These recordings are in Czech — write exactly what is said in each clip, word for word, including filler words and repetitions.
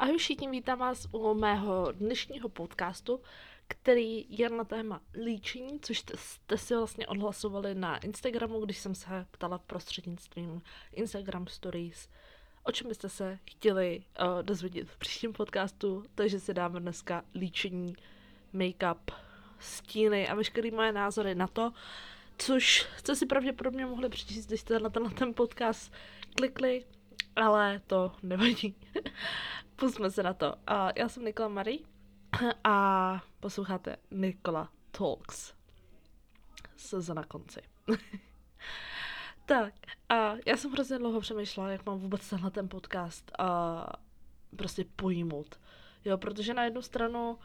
Ahoj všichni, vítám vás u mého dnešního podcastu, který je na téma líčení, což jste, jste si vlastně odhlasovali na Instagramu, když jsem se ptala prostřednictvím Instagram Stories, o čem byste se chtěli uh, dozvědět v příštím podcastu, takže si dáme dneska líčení, make-up, stíny a veškeré moje názory na to, což jste si pravděpodobně mohli přečíst, když jste na ten, na ten podcast klikli, ale to nevadí. Pusťme se na to. Uh, já jsem Nikola Marie a posloucháte Nikola Talks. Se na konci. Tak, a já jsem hrozně dlouho přemýšlela, jak mám vůbec tenhle ten podcast a prostě pojmout. Jo, protože na jednu stranu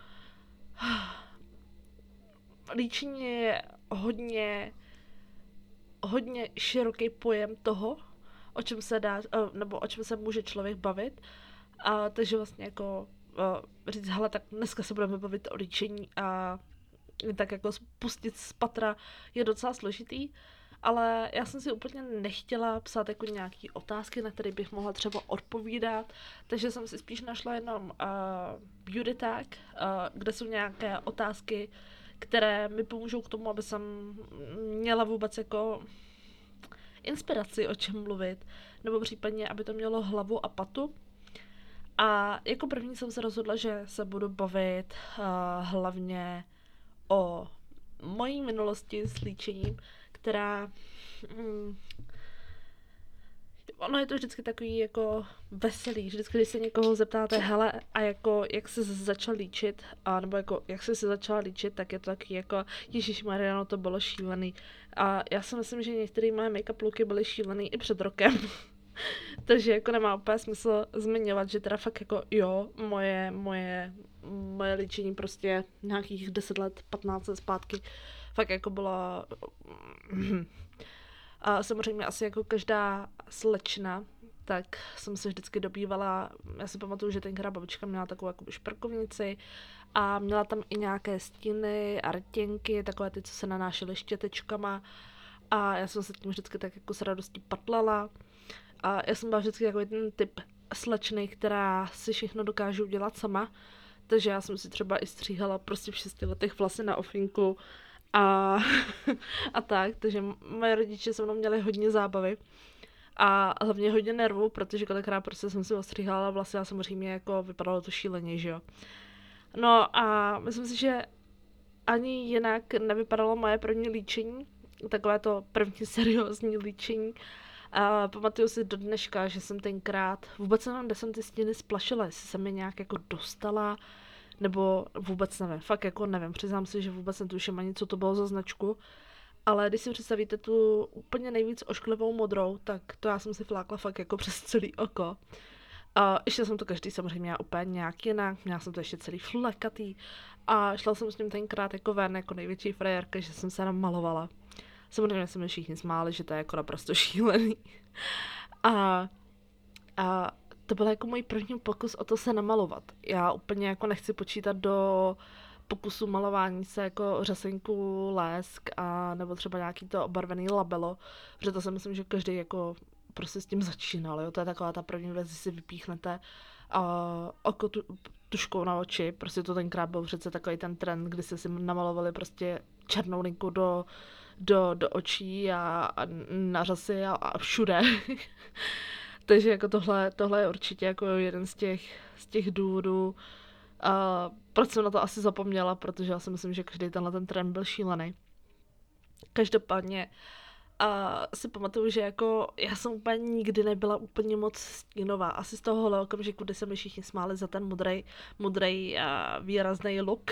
líčení je hodně hodně široký pojem toho, o čem se dá, nebo o čem se může člověk bavit. A takže vlastně jako uh, říct, hele, tak dneska se budeme bavit o líčení a tak jako spustit z patra je docela složitý, ale já jsem si úplně nechtěla psát jako nějaký otázky, na které bych mohla třeba odpovídat, takže jsem si spíš našla jenom uh, Beauty Tag, uh, kde jsou nějaké otázky, které mi pomůžou k tomu, aby jsem měla vůbec jako inspiraci, o čem mluvit, nebo případně, aby to mělo hlavu a patu. A jako první jsem se rozhodla, že se budu bavit uh, hlavně o mojí minulosti s líčením, která... Mm, ono je to vždycky takový jako veselý, vždycky, když se někoho zeptáte, hele, a jako jak jsi začal líčit, a nebo jako jak jsi se začala líčit, tak je to taky jako, ježišmarja, no to bylo šílený. A já si myslím, že některé moje make-up looky byly šílený i před rokem. Takže jako nemá úplně smysl zmiňovat, že teda fakt jako jo, moje, moje, moje líčení prostě nějakých deset let, patnáct let zpátky fakt jako bylo... A samozřejmě asi jako každá slečna, tak jsem se vždycky dobývala, já si pamatuju, že tenkrát babička měla takovou jako šperkovnici a měla tam i nějaké stíny a rtěnky, takové ty, co se nanášely štětečkama a já jsem se tím vždycky tak jako s radostí patlala. A já jsem byla vždycky takový ten typ slečny, která si všechno dokáže udělat sama, takže já jsem si třeba i stříhala prostě v šesti letech vlasy na ofinku a, a tak, takže moje rodiče se mnou měli hodně zábavy a hlavně hodně nervů, protože kolikrát prostě jsem si ostříhala vlasy a samozřejmě jako vypadalo to šíleně, že jo. No a myslím si, že ani jinak nevypadalo moje první líčení, takové to první seriózní líčení. A pamatuju si do dneška, že jsem tenkrát, vůbec nevím, kde jsem ty stíny splašila, jestli jsem je nějak jako dostala, nebo vůbec nevím, fakt jako nevím, přiznám si, že vůbec netuším ani, co to bylo za značku, ale když si představíte tu úplně nejvíc ošklivou modrou, tak to já jsem si flákla fakt jako přes celý oko. A ještě jsem to každý samozřejmě měla úplně nějak jinak, měla jsem to ještě celý flekatý a šla jsem s ním tenkrát jako ven, jako největší frajerka, že jsem se namalovala. Samozřejmě se mi všichni smáli, že to je jako naprosto šílený. A, a to byl jako můj první pokus o to se namalovat. Já úplně jako nechci počítat do pokusu malování se jako řasenku, lesk a nebo třeba nějaký to obarvený labelo, protože to si myslím, že každý jako prostě s tím začínal, jo? To je taková ta první věc, si vypíchnete a oko tu, tuškou na oči, prostě to tenkrát byl přece takový ten trend, kdy se si namalovali prostě černou linku do do, do očí a, a na řasy a, a všude. Takže jako tohle, tohle je určitě jako jeden z těch, z těch důvodů, uh, proč jsem na to asi zapomněla, protože já si myslím, že každý tenhle ten trend byl šílený. Každopádně uh, si pamatuju, že jako já jsem úplně nikdy nebyla úplně moc stínová. Asi z tohohle okamžiku, kdy se mi všichni smáli za ten modrej, modrej uh, výrazný look.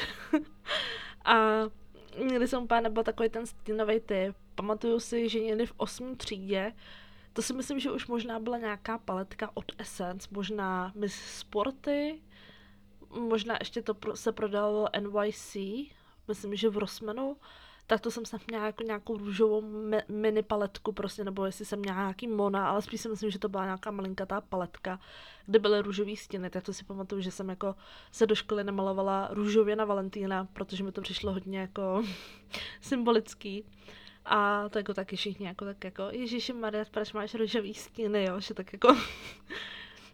A nikdy jsem úplně nebyl takový ten stínový typ. Pamatuju si, že někdy v osmé třídě, to si myslím, že už možná byla nějaká paletka od Essence, možná Miss Sporty, možná ještě to pro, se prodalo N Y C, myslím, že v Rossmanu, tak to jsem snad měla jako nějakou růžovou mi, mini paletku prostě, nebo jestli jsem měla nějaký Mona, ale spíš si myslím, že to byla nějaká malinkatá paletka, kde byly růžové stěny, tak to si pamatuju, že jsem jako se do školy namalovala růžově na Valentína, protože mi to přišlo hodně jako symbolický. A to jako taky všichni jako tak jako Ježiši Maria, proč máš růžový stíny, jo, že tak jako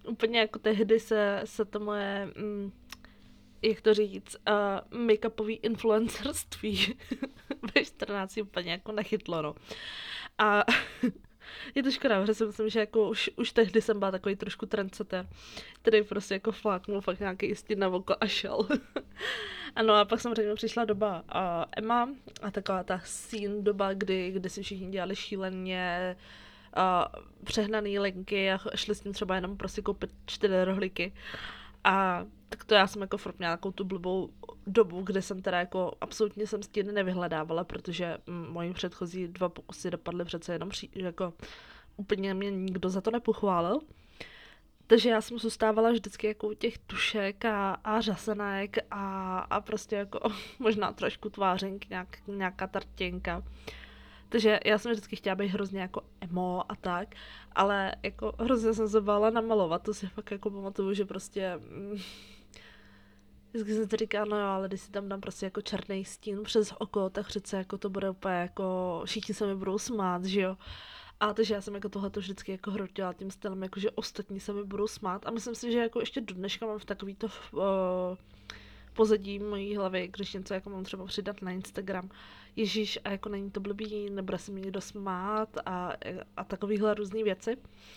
úplně jako tehdy se, se to moje, mm, jak to říct, uh, make-upový influencerství ve čtrnácti úplně jako nechytlo, no. A je to škoda, protože si myslím, že jako už, už tehdy jsem byla takový trošku trendsetter, který prostě jako fláknul fakt nějaký jistý na oko a šel. Ano a pak samozřejmě přišla doba uh, Emma a taková ta scene doba, kdy, kdy si všichni dělali šíleně uh, přehnaný linky a šli s tím třeba jenom prostě koupit čtyři rohlíky. A tak to já jsem jako furt měla takovou tu blbou dobu, kde jsem teda jako absolutně jsem stíny nevyhledávala, protože mm, moji předchozí dva pokusy dopadly přece jenom při, jako úplně mě nikdo za to nepochválil. Takže já jsem zůstávala vždycky jako u těch tušek a, a řasenek a, a prostě jako možná trošku tvářenky, nějak, nějaká tartěnka. Takže já jsem vždycky chtěla být hrozně jako emo a tak, ale jako hrozně jsem se bála namalovat, to si fakt jako pamatuju, že prostě mm, vždycky jsem si říkala, no jo, ale když si tam dám prostě jako černý stín přes oko, tak přece jako to bude úplně jako, všichni se mi budou smát, že jo. A takže já jsem jako tohleto vždycky jako hrotila tím stylem, jako že ostatní se mi budou smát a myslím si, že jako ještě do dneška mám v takovýto uh, pozadí mojí hlavy, když něco jako mám třeba přidat na Instagram. Ježíš, a jako není to blbý, nebude se mi někdo smát a, a takovýhle různý věci.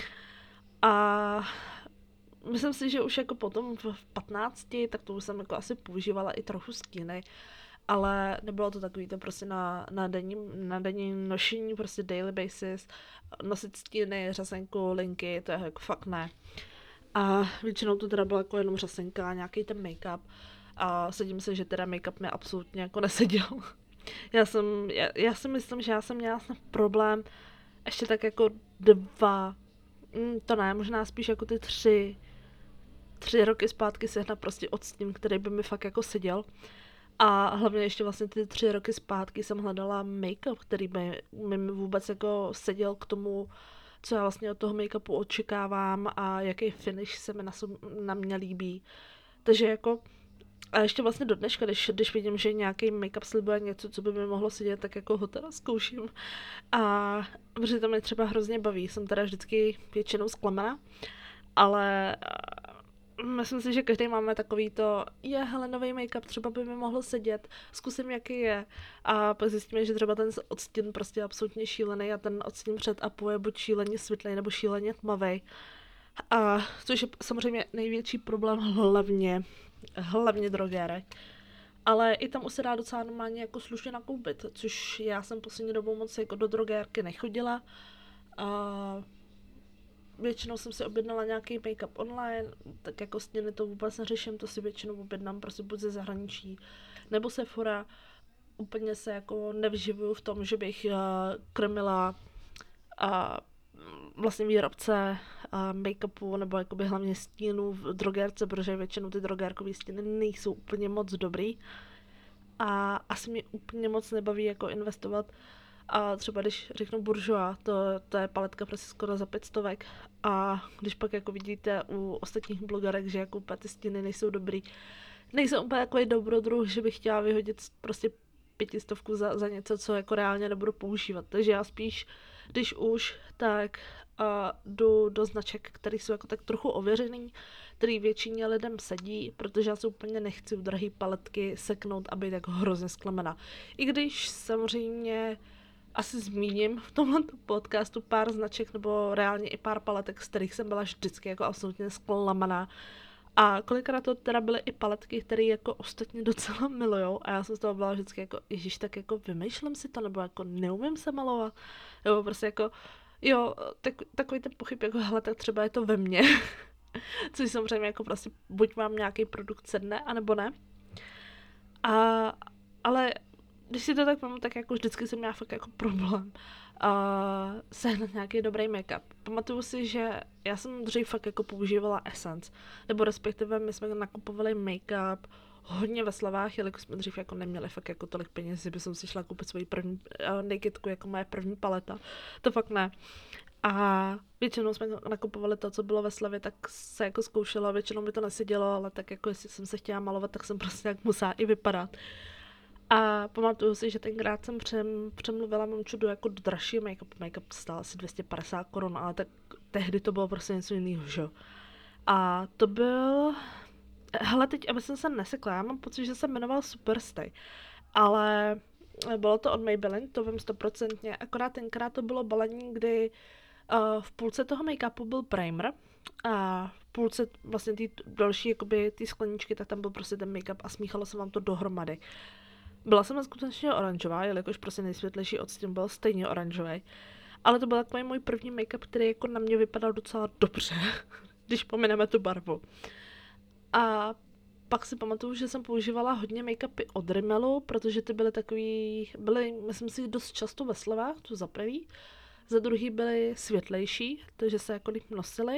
A myslím si, že už jako potom v patnácti, tak to už jsem jako asi používala i trochu stíny, ale nebylo to takový to prostě na, na, denní, na denní nošení, prostě daily basis, nosit stíny, řasenku, linky, to je jako fakt ne. A většinou to teda byla jako jenom řasenka, nějaký ten make-up a sedím se, že teda make-up mi absolutně jako neseděl. Já jsem, já, já si myslím, že já jsem měla snad problém ještě tak jako dva, mm, to ne, možná spíš jako ty tři, tři roky zpátky sehnat prostě odstín, který by mi fakt jako seděl. A hlavně ještě vlastně ty tři roky zpátky jsem hledala make-up, který by mi vůbec jako seděl k tomu, co já vlastně od toho make-upu očekávám a jaký finish se mi na, na mě líbí. Takže jako a ještě vlastně do dneška, když, když vidím, že nějaký make-up slibuje něco, co by mi mohlo sedět, tak jako ho teda zkouším. A protože to mě třeba hrozně baví, jsem teda vždycky většinou zklamaná, ale myslím si, že každý máme takový to, je, hele, nový make-up třeba by mi mohl sedět, zkusím, jaký je. A pak zjistíme, že třeba ten odstín prostě je absolutně šílený a ten odstín před apu je buď šíleně světlej nebo šíleně tmavej. A což je samozřejmě největší problém hlavně, hlavně drogérek. Ale i tam už se dá docela normálně jako slušně nakoupit, což já jsem poslední dobou moc jako do drogérky nechodila. A většinou jsem si objednala nějaký make-up online, tak jako stěny to vůbec neřeším, to si většinou objednám prostě buď ze zahraničí, nebo Sephora. Úplně se jako nevživuju v tom, že bych uh, krmila uh, vlastně výrobce uh, make-upu nebo jakoby hlavně stínů v drogérce, protože většinou ty drogérkové stíny nejsou úplně moc dobrý. A asi mě úplně moc nebaví jako investovat. A třeba když řeknu Bourjois, to, to je paletka prostě skoro za pět stovek. A když pak jako vidíte u ostatních blogerek, že jako úplně ty stíny nejsou dobrý, nejsou úplně takový dobrodruh, že bych chtěla vyhodit prostě pětistovku za, za něco, co jako reálně nebudu používat. Takže já spíš, když už, tak uh, jdu do značek, které jsou jako tak trochu ověřený, který většině lidem sedí, protože já se úplně nechci u drahé paletky seknout a být jako hrozně zklamená. I když samozřejmě asi zmíním v tomhle podcastu pár značek nebo reálně i pár paletek, z kterých jsem byla vždycky jako absolutně zklamaná. A kolikrát to teda byly i paletky, které jako ostatně docela milujou a já jsem z toho byla vždycky jako, ježiš, tak jako vymýšlím si to, nebo jako neumím se malovat, nebo prostě jako, jo, tak, takový ten pochyb, jako hele, tak třeba je to ve mně, což samozřejmě jako prostě buď mám nějaký produkt sedne, anebo ne. A, ale když si to tak mám, tak jako vždycky jsem měla fakt jako problém uh, sehnat nějaký dobrý make-up. Pamatuju si, že já jsem dřív fakt jako používala Essence, nebo respektive my jsme nakupovali make-up hodně ve slevách, jelikož jsme dřív jako neměli fakt jako tolik peněz, že bych si šla koupit svoji první uh, nakedku jako moje první paleta. To fakt ne. A většinou jsme nakupovali to, co bylo ve slevě, tak se jako zkoušelo, většinou mi to nesedělo, ale tak jako jestli jsem se chtěla malovat, tak jsem prostě jak musela i vypadat. A pamatuju si, že tenkrát jsem přem, přemluvila mamču do jako dražšího make-up. Make-up stál asi dvě stě padesát korun, ale tak tehdy to bylo prostě něco jiného, že jo. A to byl... Hele, teď, aby jsem se nesekla, já mám pocit, že se jmenoval Superstay, ale bylo to od Maybelline, to vím stoprocentně, akorát tenkrát to bylo balení, kdy uh, v půlce toho make-upu byl primer a v půlce vlastně ty další, jakoby ty skleničky, tak tam byl prostě ten make-up a smíchalo se vám to dohromady. Byla jsem skutečně oranžová, jelikož prostě nejsvětlejší odstín byl stejně oranžový. Ale to byl takový můj první make-up, který jako na mě vypadal docela dobře, když pomineme tu barvu. A pak si pamatuju, že jsem používala hodně make-upy od Rimmelu, protože ty byly takový, byly, myslím si, dost často ve slevách, to za prvý. Za druhý byly světlejší, takže se jako líp nosily.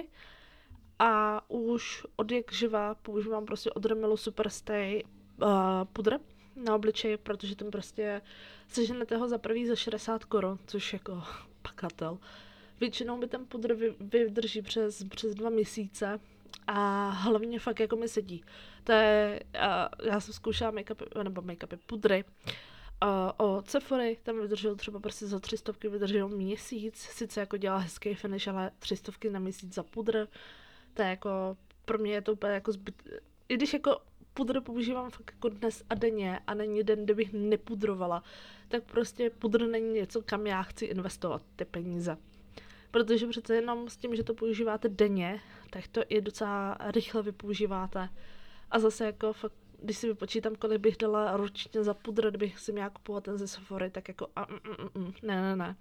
A už od jak živa používám prostě od Rimmelu Superstay uh, pudr na obličej, protože ten prostě seženete ho za prvý za šedesát korun, což jako pakatel. Většinou mi ten pudr vy, vydrží přes, přes dva měsíce a hlavně fakt jako mi sedí. To je, uh, já jsem zkoušela make-upy, nebo make-upy pudry uh, od Sephory, tam vydržel třeba prostě za tři stovky vydržel měsíc, sice jako dělá hezký finish, ale tři stovky na měsíc za pudr, to je jako, pro mě je to úplně jako zbyt, i když jako pudr používám fakt jako dnes a denně a není den, kde bych nepudrovala, tak prostě pudr není něco, kam já chci investovat ty peníze. Protože přece jenom s tím, že to používáte denně, tak to i docela rychle vypoužíváte. A zase jako fakt, když si vypočítám, kolik bych dala ročně za pudr, kdybych si měla kupovat ten ze Sephory, tak jako a, mm, mm, mm, ne, ne, ne.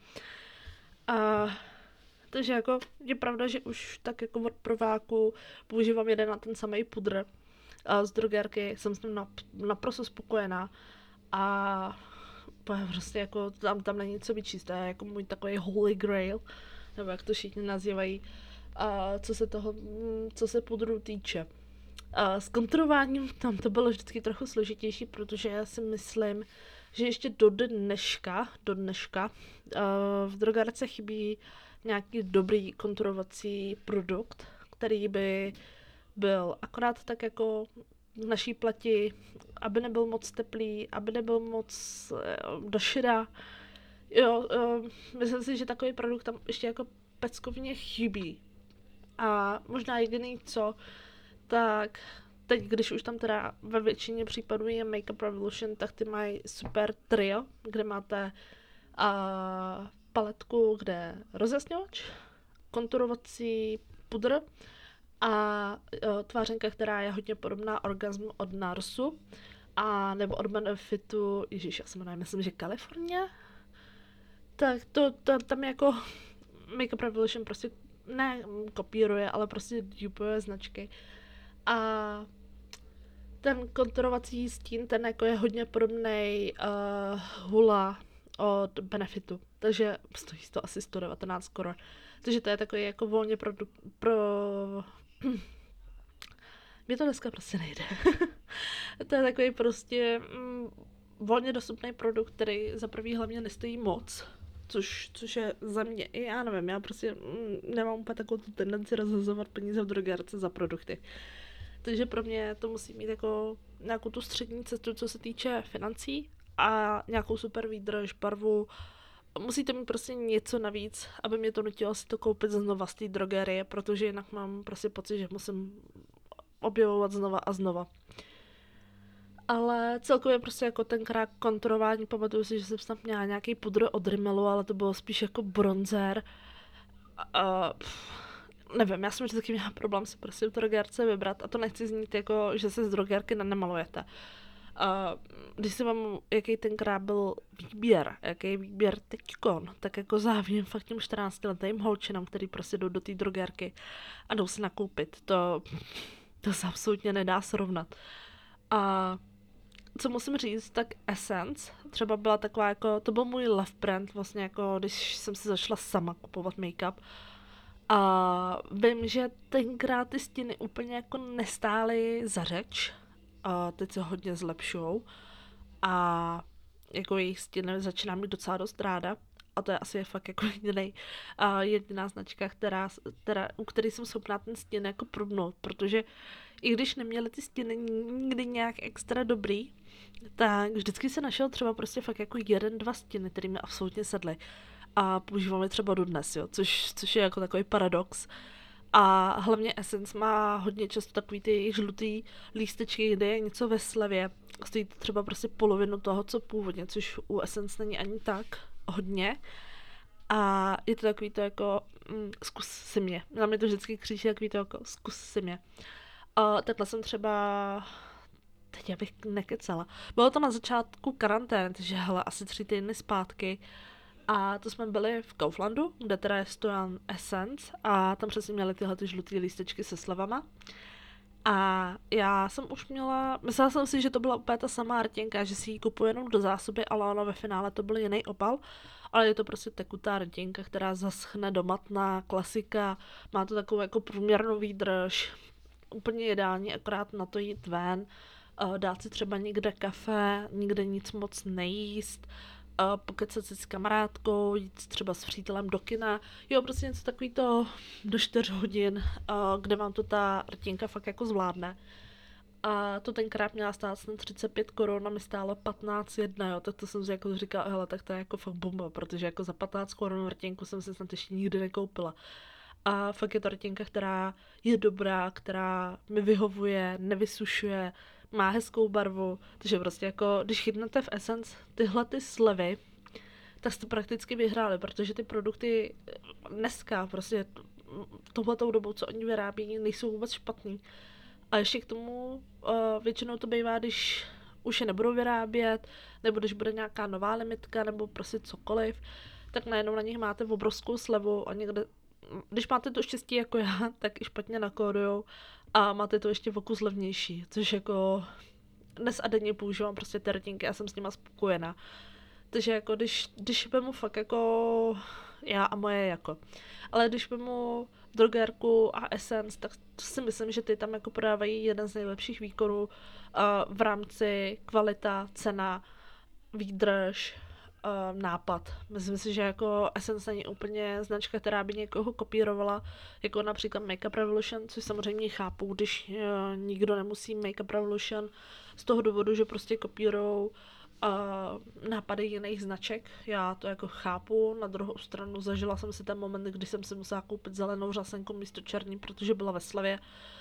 A, takže jako je pravda, že už tak jako od prváku používám jeden na ten samý pudr. A z drogérky jsem s ním naprosto spokojená. A prostě jako tam, tam není co vyčíst, to je jako můj takový holy grail, nebo jak to všichni nazývají, a co se toho, co se pudru týče. A s kontrolováním tam to bylo vždycky trochu složitější, protože já si myslím, že ještě do dneška, do dneška v drogérce chybí nějaký dobrý kontrolovací produkt, který by byl akorát tak jako v naší plati, aby nebyl moc teplý, aby nebyl moc do šira. Jo, myslím si, že takový produkt tam ještě jako peckovně chybí. A možná jediný co, tak teď, když už tam teda ve většině případů je Makeup Revolution, tak ty mají super trio, kde máte uh, paletku, kde rozjasňovač, konturovací pudr a uh, tvářenka, která je hodně podobná Orgasmu od Narsu, a nebo od Benefitu, ježíš, já se jmenuji, myslím, že Kalifornie. Tak to, to tam jako Makeup Revolution prostě ne kopíruje, ale prostě dupuje značky. A ten konturovací stín, ten jako je hodně podobný uh, Hula od Benefitu, takže stojí to asi sto devatenáct korun. Takže to je takový jako volně pro... pro... Mně to dneska prostě nejde. To je takový prostě mm, volně dostupný produkt, který za prvý hlavně nestojí moc, což, což je za mě, i já nevím, já prostě mm, nemám úplně takovou tu tendenci rozhazovat peníze v drogérce za produkty. Takže pro mě to musí mít jako nějakou tu střední cestu, co se týče financí a nějakou super výdrž, barvu. Musíte mít prostě něco navíc, aby mě to nutilo si to koupit znova z té drogerie, protože jinak mám prostě pocit, že musím objevovat znova a znova. Ale celkově prostě jako tenkrát kontrolování, pamatuju si, že jsem tam měla nějaký pudr od Rimmelu, ale to bylo spíš jako bronzer. Uh, nevím, já jsem vždycky měla problém si prostě v drogérce vybrat a to nechci znít jako, že se z drogérky nemalujete. Uh, když si mám, jaký tenkrát byl výběr, jaký výběr teďkon, tak jako závidím fakt těm čtrnáctiletým holčinám, který prostě jdou do té drogérky a jdou si nakoupit. To, to se absolutně nedá srovnat. A co musím říct, tak Essence třeba byla taková jako, to byl můj love brand vlastně jako, když jsem si začala sama kupovat make-up. A vím, že tenkrát ty stíny úplně jako nestály za řeč, a teď se hodně zlepšujou a jako jejich stíny začínám mít docela dost ráda a to je asi fakt jako jedinej, a jediná značka, která, která, u které jsem schopná ten stín jako probnout, protože i když neměly ty stíny nikdy nějak extra dobrý, tak vždycky se našel třeba prostě fakt jako jeden, dva stíny, které mi absolutně sedly a používám je třeba dodnes, jo, což, což je jako takový paradox. A hlavně Essence má hodně často takový ty žlutý lístečky, kde je něco ve slevě. Stojí to třeba prostě polovinu toho, co původně, což u Essence není ani tak hodně. A je to takový to jako mm, zkus si mě. Na mě to vždycky křičí takový to jako zkus si mě. A takhle jsem třeba teď já bych nekecala. Bylo to na začátku karantény, takže hele, asi tři týdny zpátky. A to jsme byli v Kauflandu, kde teda je stojan Essence a tam přesně měli tyhle ty žlutý lístečky se slevama. A já jsem už měla, myslela jsem si, že to byla úplně ta samá rtěnka, že si ji kupuji jenom do zásoby, ale ono ve finále to byl jiný obal. Ale je to prostě tekutá rtěnka, která zaschne do matna, klasika, má to takovou jako průměrnou výdrž, úplně ideální, akorát na to jít ven, uh, dát si třeba někde kafe, nikde nic moc nejíst, uh, pokecat si s kamarádkou, jít třeba s přítelem do kina, jo, prostě něco takový to do čtyř hodin, uh, kde vám to ta rtěnka fakt jako zvládne. A to tenkrát měla stát snad třicet pět korun a mi stálo patnáct jedna, jo, tak to jsem si jako říkala, hele, tak to je jako fakt bomba, protože jako za patnáct korun rtěnku jsem si snad ještě nikdy nekoupila. A fakt je to rtěnka, která je dobrá, která mi vyhovuje, nevysušuje, má hezkou barvu, takže prostě jako, když chytnete v Essence tyhle ty slevy, tak jste prakticky vyhráli, protože ty produkty dneska prostě tohletou dobou, co oni vyrábí, nejsou vůbec špatný. A ještě k tomu uh, většinou to bývá, když už je nebudou vyrábět, nebo když bude nějaká nová limitka, nebo prostě cokoliv, tak najednou na nich máte obrovskou slevu a někde, když máte to štěstí jako já, tak i špatně nakódujou a máte to ještě o kus levnější, což jako dnes a denně používám prostě ty rtěnky a jsem s nima spokojená. Takže jako když, když vemu fakt jako já a moje jako. Ale když vemu Drogérku a Essence, tak si myslím, že ty tam jako prodávají jeden z nejlepších výkonů uh, v rámci kvalita, cena, výdrž, uh, nápad. Myslím si, že jako Essence není úplně značka, která by někoho kopírovala, jako například Makeup Revolution, což samozřejmě chápu, když uh, nikdo nemusí Makeup Revolution z toho důvodu, že prostě kopírujou uh, nápady jiných značek. Já to jako chápu, na druhou stranu zažila jsem si ten moment, kdy jsem si musela koupit zelenou řasenku místo černý, protože byla ve slevě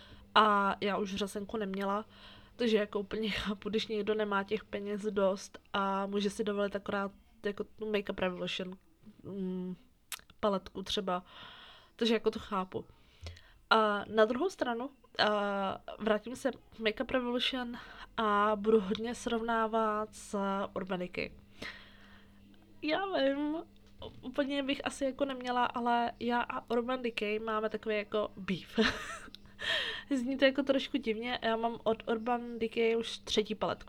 a já už řasenku neměla, takže jako úplně chápu, když někdo nemá těch peněz dost a může si dovolit akorát jako tu Makeup Revolution mm, paletku třeba, takže jako to chápu. A na druhou stranu uh, vrátím se k Makeup Revolution a budu hodně srovnávat s Urban Decay. Já vím, úplně bych asi jako neměla, ale já a Urban Decay máme takový jako beef. Zní to jako trošku divně, já mám od Urban Decay už třetí paletku.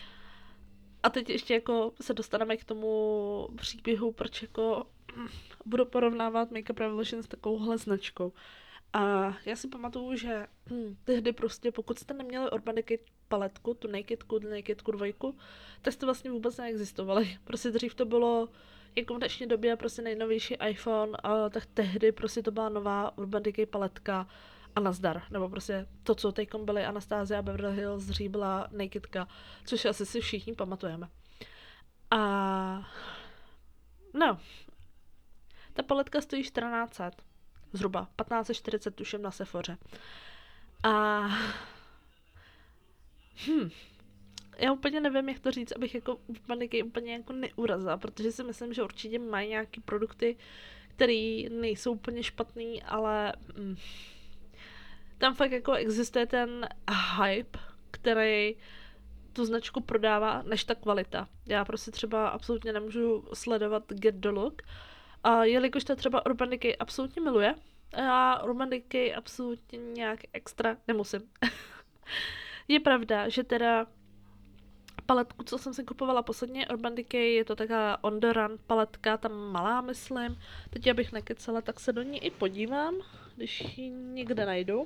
A teď ještě jako se dostaneme k tomu příběhu, proč jako budu porovnávat Makeup Revolution s takovouhle značkou. A já si pamatuju, že hm, tehdy prostě, pokud jste neměli Urban Decay paletku, tu Nakedku, Nakedku dvojku, tak jste vlastně vůbec neexistovali. Prostě dřív to bylo, jako v dnešní době, prostě nejnovější iPhone, a tak tehdy prostě to byla nová Urban Decay paletka a nazdar. Nebo prostě to, co teďkom byly Anastasia, Beverly Hills, dřív byla Nakedka, což asi si všichni pamatujeme. A no, ta paletka stojí čtrnáct set. Zhruba patnáct set čtyřicet tuším na Sephoře. A hm, já úplně nevím, jak to říct, abych jako paniky úplně jako neurazila, protože si myslím, že určitě mají nějaký produkty, které nejsou úplně špatný, ale hm, tam fakt jako existuje ten hype, který tu značku prodává, než ta kvalita. Já prostě třeba absolutně nemůžu sledovat Get the Look, a jelikož to třeba Urban Decay absolutně miluje, a já Urban Decay absolutně nějak extra nemusím. Je pravda, že teda paletku, co jsem si kupovala posledně, Urban Decay, je to taková on the run paletka, tam malá, myslím. Teď já bych nekecala, tak se do ní i podívám, když ji někde najdu.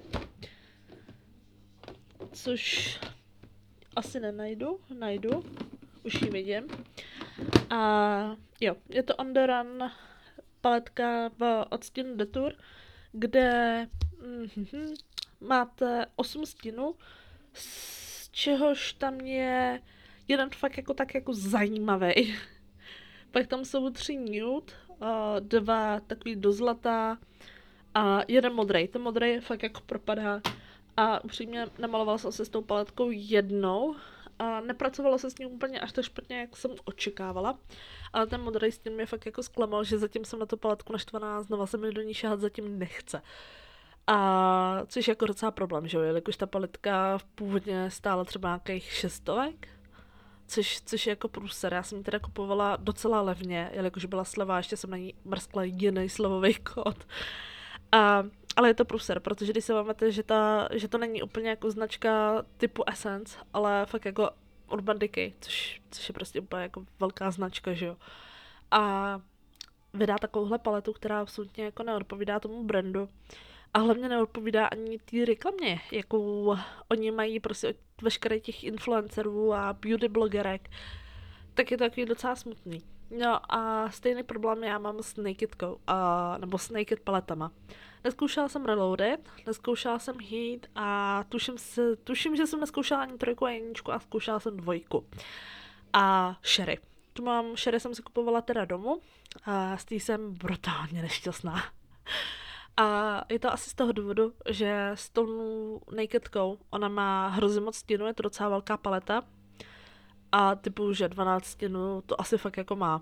Což asi nenajdu, najdu, už ji vidím. A jo, je to on the run paletka v odstínu Detour, kde mm, máte osm stínů, z čehož tam je jeden fakt jako tak jako zajímavý. Pak tam jsou tři nude, dva takový do zlata A jeden modrý, ten modrý fakt jako propadá. A upřímně namalovala jsem se s tou paletkou jednou a nepracovalo se s ní úplně až tak špatně, jak jsem očekávala. Ale ten modrý s tím mě fakt jako zklamal, že zatím jsem na tu paletku naštvaná, znova se mi do ní šahat zatím nechce. A což je jako docela problém, že jo, jelikož ta paletka původně stála třeba nějakých šestovek, což, což je jako průser. Já jsem ji teda kupovala docela levně, jelikož byla sleva, ještě jsem na ní mrskla jiný slevový kód. A, ale je to průser, protože když se vezmete, že, ta, že to není úplně jako značka typu Essence, ale fakt jako Urban Decay, což, což je prostě úplně jako velká značka, že jo. A vydá takovouhle paletu, která absolutně jako neodpovídá tomu brandu. A hlavně neodpovídá ani té reklamě, jakou oni mají prostě od veškerých těch influencerů a beauty blogerek. Tak je to takový docela smutný. No a stejný problém já mám s Nakedkou, a, nebo s Naked paletama. Neskoušela jsem Reloaded, neskoušela jsem Heat a tuším, se, tuším, že jsem neskoušela ani trojku a jedničku a zkoušela jsem dvojku. A Sherry. Tu mám, Sherry jsem si kupovala teda domů a s tím jsem brutálně nešťastná. A je to asi z toho důvodu, že s tou Nakedkou ona má hrozně moc stínu, je to docela velká paleta. A typu, že dvanáct stěnů to asi fakt jako má.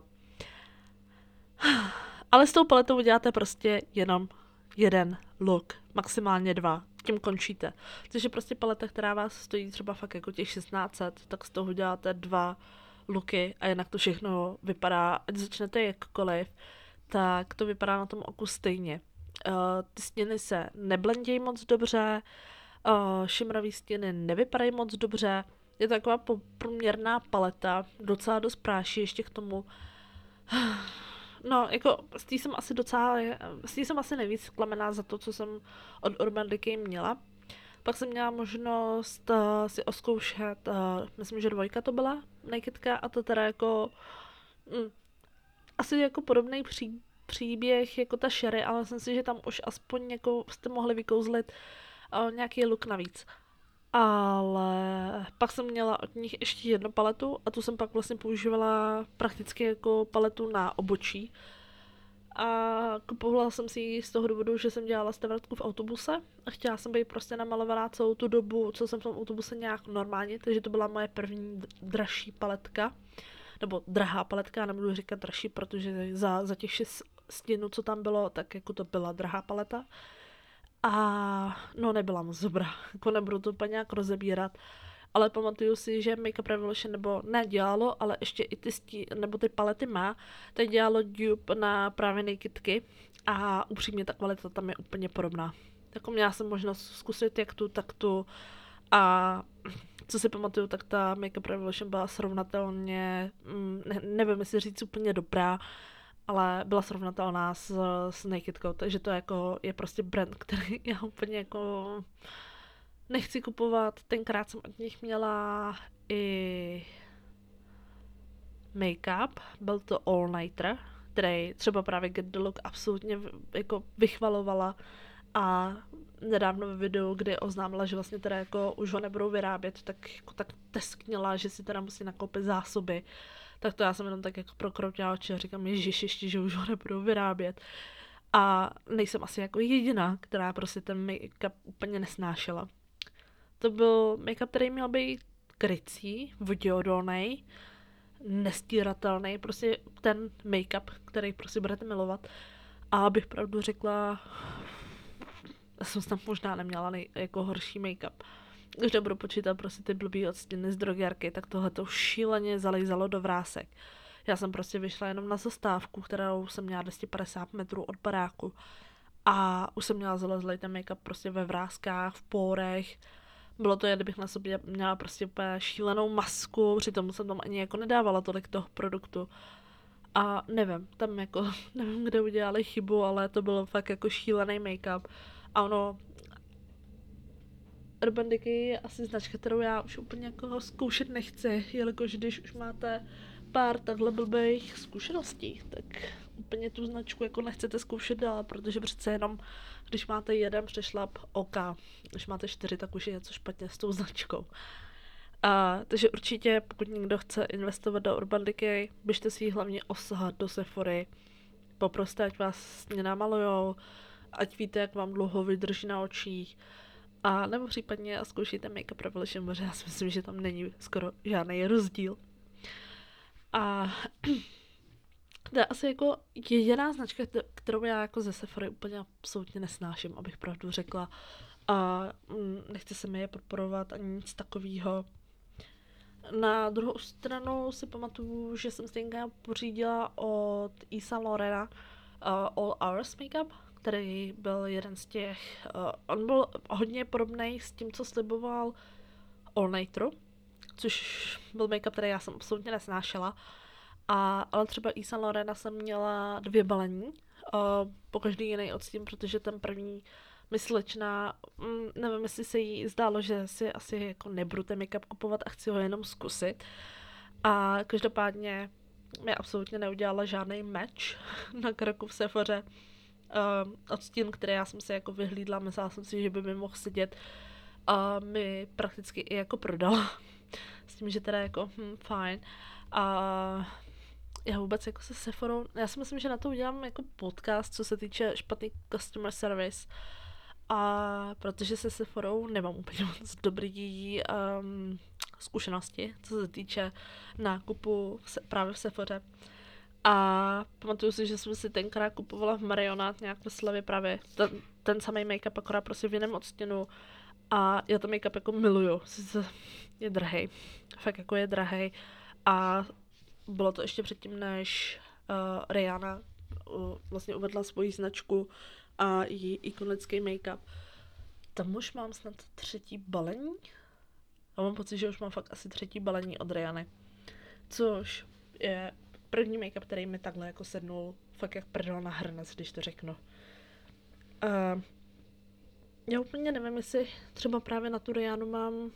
Ale s tou paletou uděláte prostě jenom jeden look, maximálně dva, tím končíte. Což je prostě paleta, která vás stojí třeba fakt jako těch šestnáct set, tak z toho uděláte dva looky a jinak to všechno vypadá, ať začnete jakkoliv, tak to vypadá na tom oku stejně. Uh, ty stěny se neblendějí moc dobře, uh, šimravý stěny nevypadají moc dobře, je to taková průměrná paleta, docela dost práší ještě k tomu. No, jako s tím jsem asi docela, s tím jsem asi nejvíc zklamená za to, co jsem od Urban Decay měla. Pak jsem měla možnost uh, si oskoušet, uh, myslím, že dvojka to byla, Nakedka, a to teda jako mm, asi jako podobný pří, příběh jako ta Sherry, ale myslím si, že tam už aspoň jako jste mohli vykouzlit uh, nějaký look navíc. Ale pak jsem měla od nich ještě jednu paletu a tu jsem pak vlastně používala prakticky jako paletu na obočí. A kupovala jsem si ji z toho důvodu, že jsem dělala stavratku v autobuse a chtěla jsem být prostě namalovaná celou tu dobu, co jsem v tom autobuse nějak normálně, takže to byla moje první dražší paletka, nebo drahá paletka, nebudu říkat dražší, protože za, za těch šest stínů, co tam bylo, tak jako to byla drahá paleta. A no nebyla moc dobrá, jako nebudu to úplně nějak rozebírat, ale pamatuju si, že Makeup Revolution nebo nedělalo, ale ještě i ty stí, nebo ty palety má, tak dělalo dupe na právě Nakedky a upřímně ta kvalita tam je úplně podobná. Jako měla jsem možnost zkusit jak tu, tak tu a co si pamatuju, tak ta Makeup Revolution byla srovnatelně, ne, nevím jestli říct úplně dobrá, ale byla srovnatelná s, s Nakedkou, takže to jako je prostě brand, který já úplně jako nechci kupovat. Tenkrát jsem od nich měla i make-up, byl to All Nighter, který třeba právě Get The Look absolutně jako vychvalovala a nedávno ve videu, kdy oznámila, že vlastně teda jako už ho nebudou vyrábět, tak jako tak teskněla, že si teda musí nakoupit zásoby. Tak to já jsem jenom tak jako prokroutila oči a říkám, ježiš, ještě, že už ho nebudou vyrábět. A nejsem asi jako jediná, která prostě ten make-up úplně nesnášela. To byl make-up, který měl být krycí, voděodolnej, nestíratelný, prostě ten make-up, který prostě budete milovat. A abych pravdu řekla, já jsem tam možná neměla nej, jako horší make-up. Když nebudu počítat prostě ty blbý odstíny z drogerky, tak tohle to šíleně zalejzalo do vrásek. Já jsem prostě vyšla jenom na zastávku, kterou jsem měla dvě stě padesát metrů od baráku. A už jsem měla zalezlej ten make-up prostě ve vrázkách, v pórech. Bylo to, jak kdybych na sobě měla prostě úplně šílenou masku, přitom jsem tam ani jako nedávala tolik toho produktu. A nevím, tam jako, nevím, kde udělali chybu, ale to bylo fakt jako šílený make-up. A ono, Urban Decay je asi značka, kterou já už úplně jako zkoušet nechci, jelikož když už máte pár takhle blbých zkušeností, tak úplně tu značku jako nechcete zkoušet dál, protože přece jenom, když máte jeden přešlap, OK, když máte čtyři, tak už je něco špatně s tou značkou. A, takže určitě, pokud někdo chce investovat do Urban Decay, běžte si ji hlavně osahat do Sephory, poproste, ať vás s ní namalujou, ať víte, jak vám dlouho vydrží na očích. A nebo případně zkoušejte Make-up Revolution, protože já si myslím, že tam není skoro žádný rozdíl. A to je asi jako jediná značka, kterou já jako ze Sephory úplně absolutně nesnáším, abych pravdu řekla. A nechci se mi je podporovat ani nic takového. Na druhou stranu si pamatuju, že jsem stejně pořídila od Yves Saint Laurenta uh, All Hours Makeup, který byl jeden z těch, uh, on byl hodně podobný s tím, co sliboval All Nightru, což byl make-up, který já jsem absolutně nesnášela. A, ale třeba Yves Saint Laurenta jsem měla dvě balení, uh, po každý jiný odstín, protože ten první mi slečna, mm, nevím, jestli se jí zdálo, že si asi jako nebudu ten make-up kupovat a chci ho jenom zkusit. A každopádně mi absolutně neudělala žádný match na kroku v Sephoře. Uh, odstín, který já jsem si jako vyhlídla, myslela jsem si, že by mi mohl sedět, a mi prakticky i jako prodala. S tím, že teda jako hm, fajn. A já vůbec jako se Sephorou, já si myslím, že na to udělám jako podcast, co se týče špatný customer service. A protože se Sephorou nemám úplně moc dobrý um, zkušenosti, co se týče nákupu v se, právě v Sephoře. A pamatuju si, že jsem si tenkrát kupovala v Marionát nějak ve slevě právě ten, ten samý make-up, akorát prostě v jiném odstěnu. A já ten make-up jako miluju, sice je drahej, fakt jako je drahej. A bylo to ještě předtím, než uh, Rihanna uh, vlastně uvedla svoji značku a její ikonický make-up. Tam už mám snad třetí balení. A mám pocit, že už mám fakt asi třetí balení od Rihanny. Což je první make-up, který mi takhle jako sednul fakt jak prdel na hrnec, když to řeknu. Uh, já úplně nevím, jestli třeba právě na tu Rihannu mám...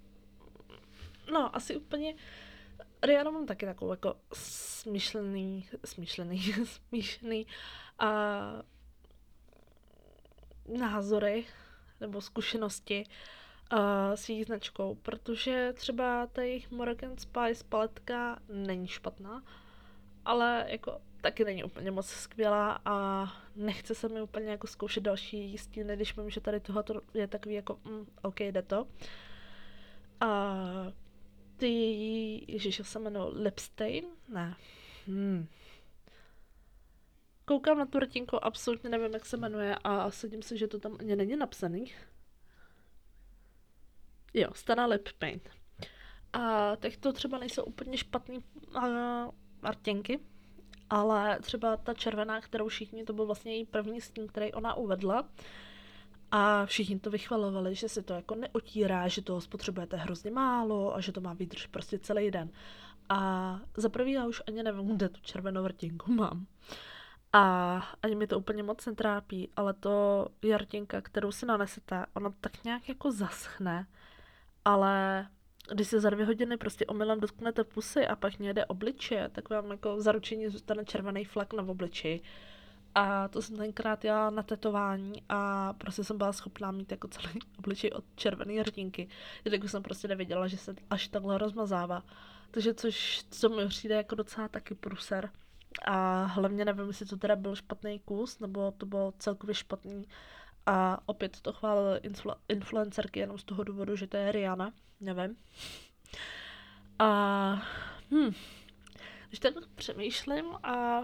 No, asi úplně... Rihannu mám taky takovou jako smyšlený, smyšlený, smyšlený a názory nebo zkušenosti uh, s její značkou, protože třeba ta jejich Moroccan Spice paletka není špatná, ale jako taky není úplně moc skvělá a nechce se mi úplně jako zkoušet další stíny, když vím, že tady tohle je takový jako mm, OK, jde to. A ty její, ježiš, se jmenuje Lipstain? Ne. Hmm. Koukám na tu rtinku, absolutně nevím, jak se jmenuje a sedím si, že to tam ani není napsaný. Jo, Stana Lip Paint. A tak to třeba nejsou úplně špatný uh, rtěnky, ale třeba ta červená, kterou všichni, to byl vlastně její první stín, který ona uvedla. A všichni to vychvalovali, že se to jako neotírá, že toho spotřebujete hrozně málo a že to má výdrž prostě celý den. A za prvý já už ani nevím, kde tu červenou rtinku mám. A ani mi to úplně moc netrápí, ale to je rtinka, kterou si nanesete, ona tak nějak jako zaschne, ale když se za dvě hodiny prostě omylem dotknete pusy a pak někde obličeje, tak vám jako zaručení zůstane červený flak na obličeji. A to jsem tenkrát jela na tetování a prostě jsem byla schopná mít jako celý obličej od červené rtinky. Tak už jsem prostě nevěděla, že se až takhle rozmazává. Takže což, co mi přijde jako docela taky pruser. A hlavně nevím, jestli to teda byl špatný kus, nebo to bylo celkově špatný. A opět to chválily influ- influencerky jenom z toho důvodu, že to je Rihanna. Nevím. A hm, když tak přemýšlím a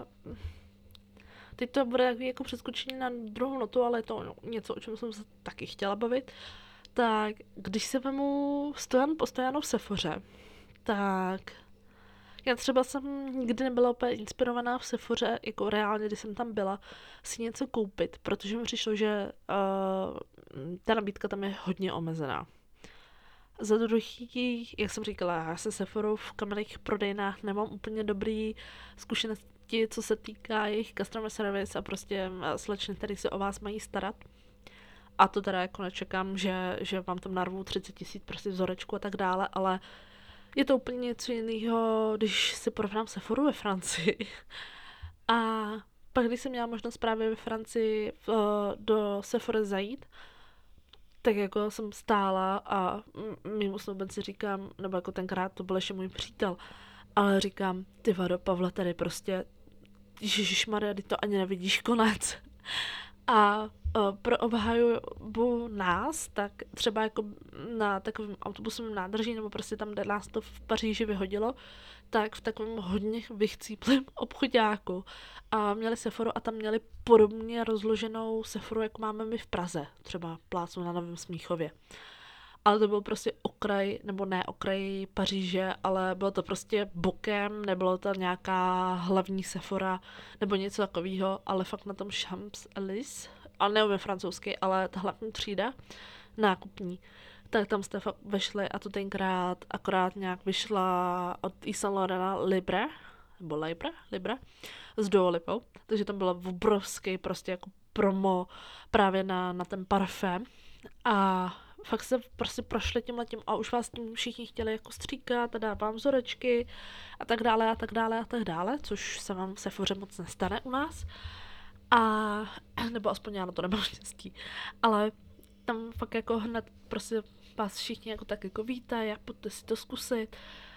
teď to bude jako přeskočení na druhou notu, ale je to něco, o čem jsem se taky chtěla bavit. Tak když se vemu Stojan po Stojanu v Sephoře, tak já třeba jsem nikdy nebyla úplně inspirovaná v Sephoře, jako reálně, když jsem tam byla, si něco koupit, protože mi přišlo, že uh, ta nabídka tam je hodně omezená. Za druhý, jak jsem říkala, já se Sephorou v kamenných prodejnách nemám úplně dobrý zkušenosti, co se týká jejich customer service a prostě slečny, které se o vás mají starat. A to teda jako nečekám, že, že vám tam narvou třicet tisíc prostě vzorečku a tak dále, ale je to úplně něco jiného, když si porovnám Sephoru ve Francii. A pak, když jsem měla možnost právě ve Francii do Sephory zajít, tak jako jsem stála a mimo snoubenci říkám, nebo jako tenkrát to byl ještě můj přítel, ale říkám, ty vado, Pavle, tady prostě, ježišmarja, ty to ani nevidíš konec. A Uh, pro obhajobu nás, tak třeba jako na takovém autobusovém nádraží, nebo prostě tam, kde nás to v Paříži vyhodilo, tak v takovém hodně vychcíplém obchodáku a měli Sephoru a tam měli podobně rozloženou Sephoru, jako máme my v Praze, třeba plácnu na Novém Smíchově. Ale to byl prostě okraj, nebo ne okraj Paříže, ale bylo to prostě bokem, nebylo to nějaká hlavní Sephora nebo něco takového, ale fakt na tom Champs-Élysées, a neumím francouzsky, ale ta hlavní třída nákupní, tak tam jste fakt vešli a to tenkrát akorát nějak vyšla od Yves Saint Laurenta Libre, nebo Libre, Libre, s Dua Lipou, takže tam byla obrovský prostě jako promo právě na, na ten parfém a fakt se prostě prošli tím letím a už vás tím všichni chtěli jako stříkat a dát vám vzorečky a tak dále a tak dále a tak dále, což se vám v Sephoře moc nestane u nás. A, nebo aspoň já na to nemám štěstí, ale tam fakt jako hned prostě vás všichni jako tak jako vítají a pojďte si to zkusit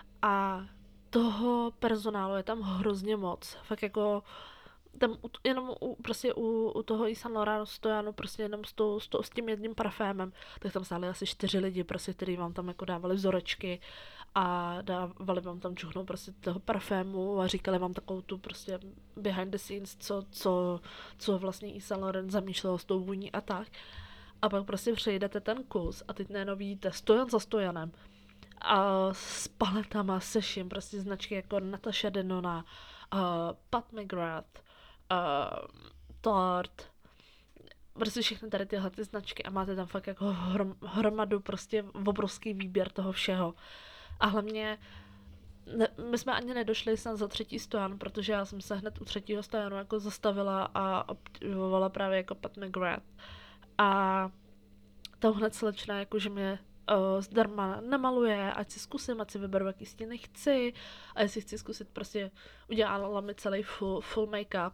a toho personálu je tam hrozně moc, fakt jako tam u, jenom u, prostě u, u toho Yves Saint Laurent stojano prostě jenom s, tou, s, tou, s tím jedním parfémem, tak tam stáli asi čtyři lidi, prostě, který vám tam jako dávali vzorečky a dávali vám tam čuchnout prostě toho parfému a říkali vám takovou tu prostě behind the scenes, co, co, co vlastně Yves Saint Laurent zamýšlel s tou vůní a tak. A pak prostě přejdete ten kus a teď najednou vidíte stojan za stojanem a s paletama, se vším, prostě značky jako Natasha Denona, uh, Pat McGrath, uh, Tarte, prostě všechny tady tyhle ty značky a máte tam fakt jako hrom, hromadu prostě obrovský výběr toho všeho. A hlavně ne, my jsme ani nedošli snad za třetí stojan, protože já jsem se hned u třetího stojanu jako zastavila a obdivovala právě jako Pat McGrath. A tam hned slečna jako, že mě uh, zdarma namaluje, ať si zkusím, ať si vyberu, jaký stěny chci a jestli chci zkusit, prostě udělala mi celý full, full make-up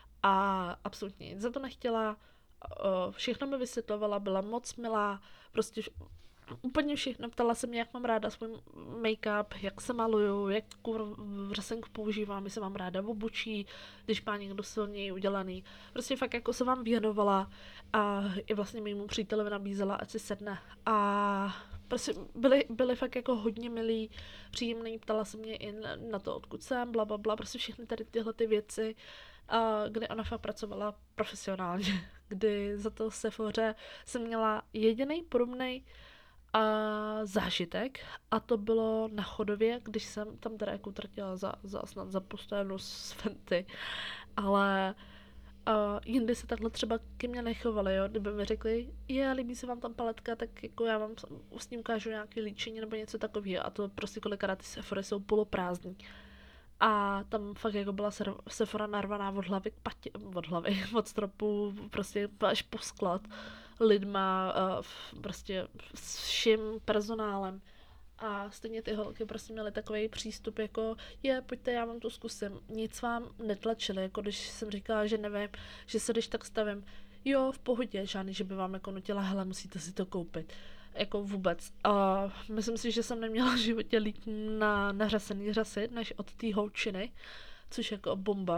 a absolutně nic za to nechtěla, uh, všechno mi vysvětlovala, byla moc milá, prostě úplně všechno, ptala se mě, jak mám ráda svůj make-up, jak se maluju, jakou řasenku používám, jestli mám ráda obočí, když má někdo silněji udělaný. Prostě fakt jako se vám věnovala a i vlastně mému příteli nabízela, ať si sedne. A prostě byli, byli fakt jako hodně milí, příjemný, ptala se mě i na, na to, odkud jsem, bla, bla, bla, prostě všechny tady tyhle ty věci, a kdy ona fakt pracovala profesionálně, kdy za to Sephoře jsem měla jediný podobný a zážitek a to bylo na Chodově, když jsem tam teda jako utratila za, za snad za postojenu s Fenty, ale uh, jindy se takhle třeba ke mně nechovali, jo, kdyby mi řekli, je, líbí se vám tam paletka, tak jako já vám s ním ukážu nějaké líčení nebo něco takového a to prostě kolikrát ty Sephory jsou poloprázdní. A tam fakt jako byla Sephora narvaná od hlavy k patě, od hlavy, od stropu, prostě až po sklad lidma, uh, prostě s vším personálem. A stejně ty holky prostě měly takový přístup jako, je, pojďte, já vám to zkusím. Nic vám netlačili, jako když jsem říkala, že nevím, že se když tak stavím, jo, v pohodě, žádný, že by vám jako nutila, hele, musíte si to koupit. Jako vůbec. A myslím si, že jsem neměla v životě líp na nařasený řasy, než od té holčiny, což jako bomba.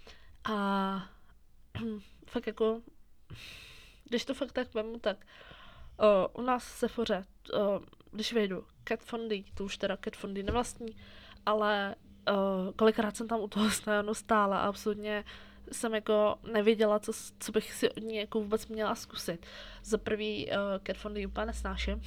A fakt jako, když to fakt tak vemu, tak uh, u nás v Sephoře, uh, když vejdu Kat Von D, to už teda Kat Von D nevlastní, ale uh, kolikrát jsem tam u toho stojanu stála a absolutně jsem jako nevěděla, co, co bych si od ní jako vůbec měla zkusit. Za prvý uh, Kat Von D úplně nesnáším.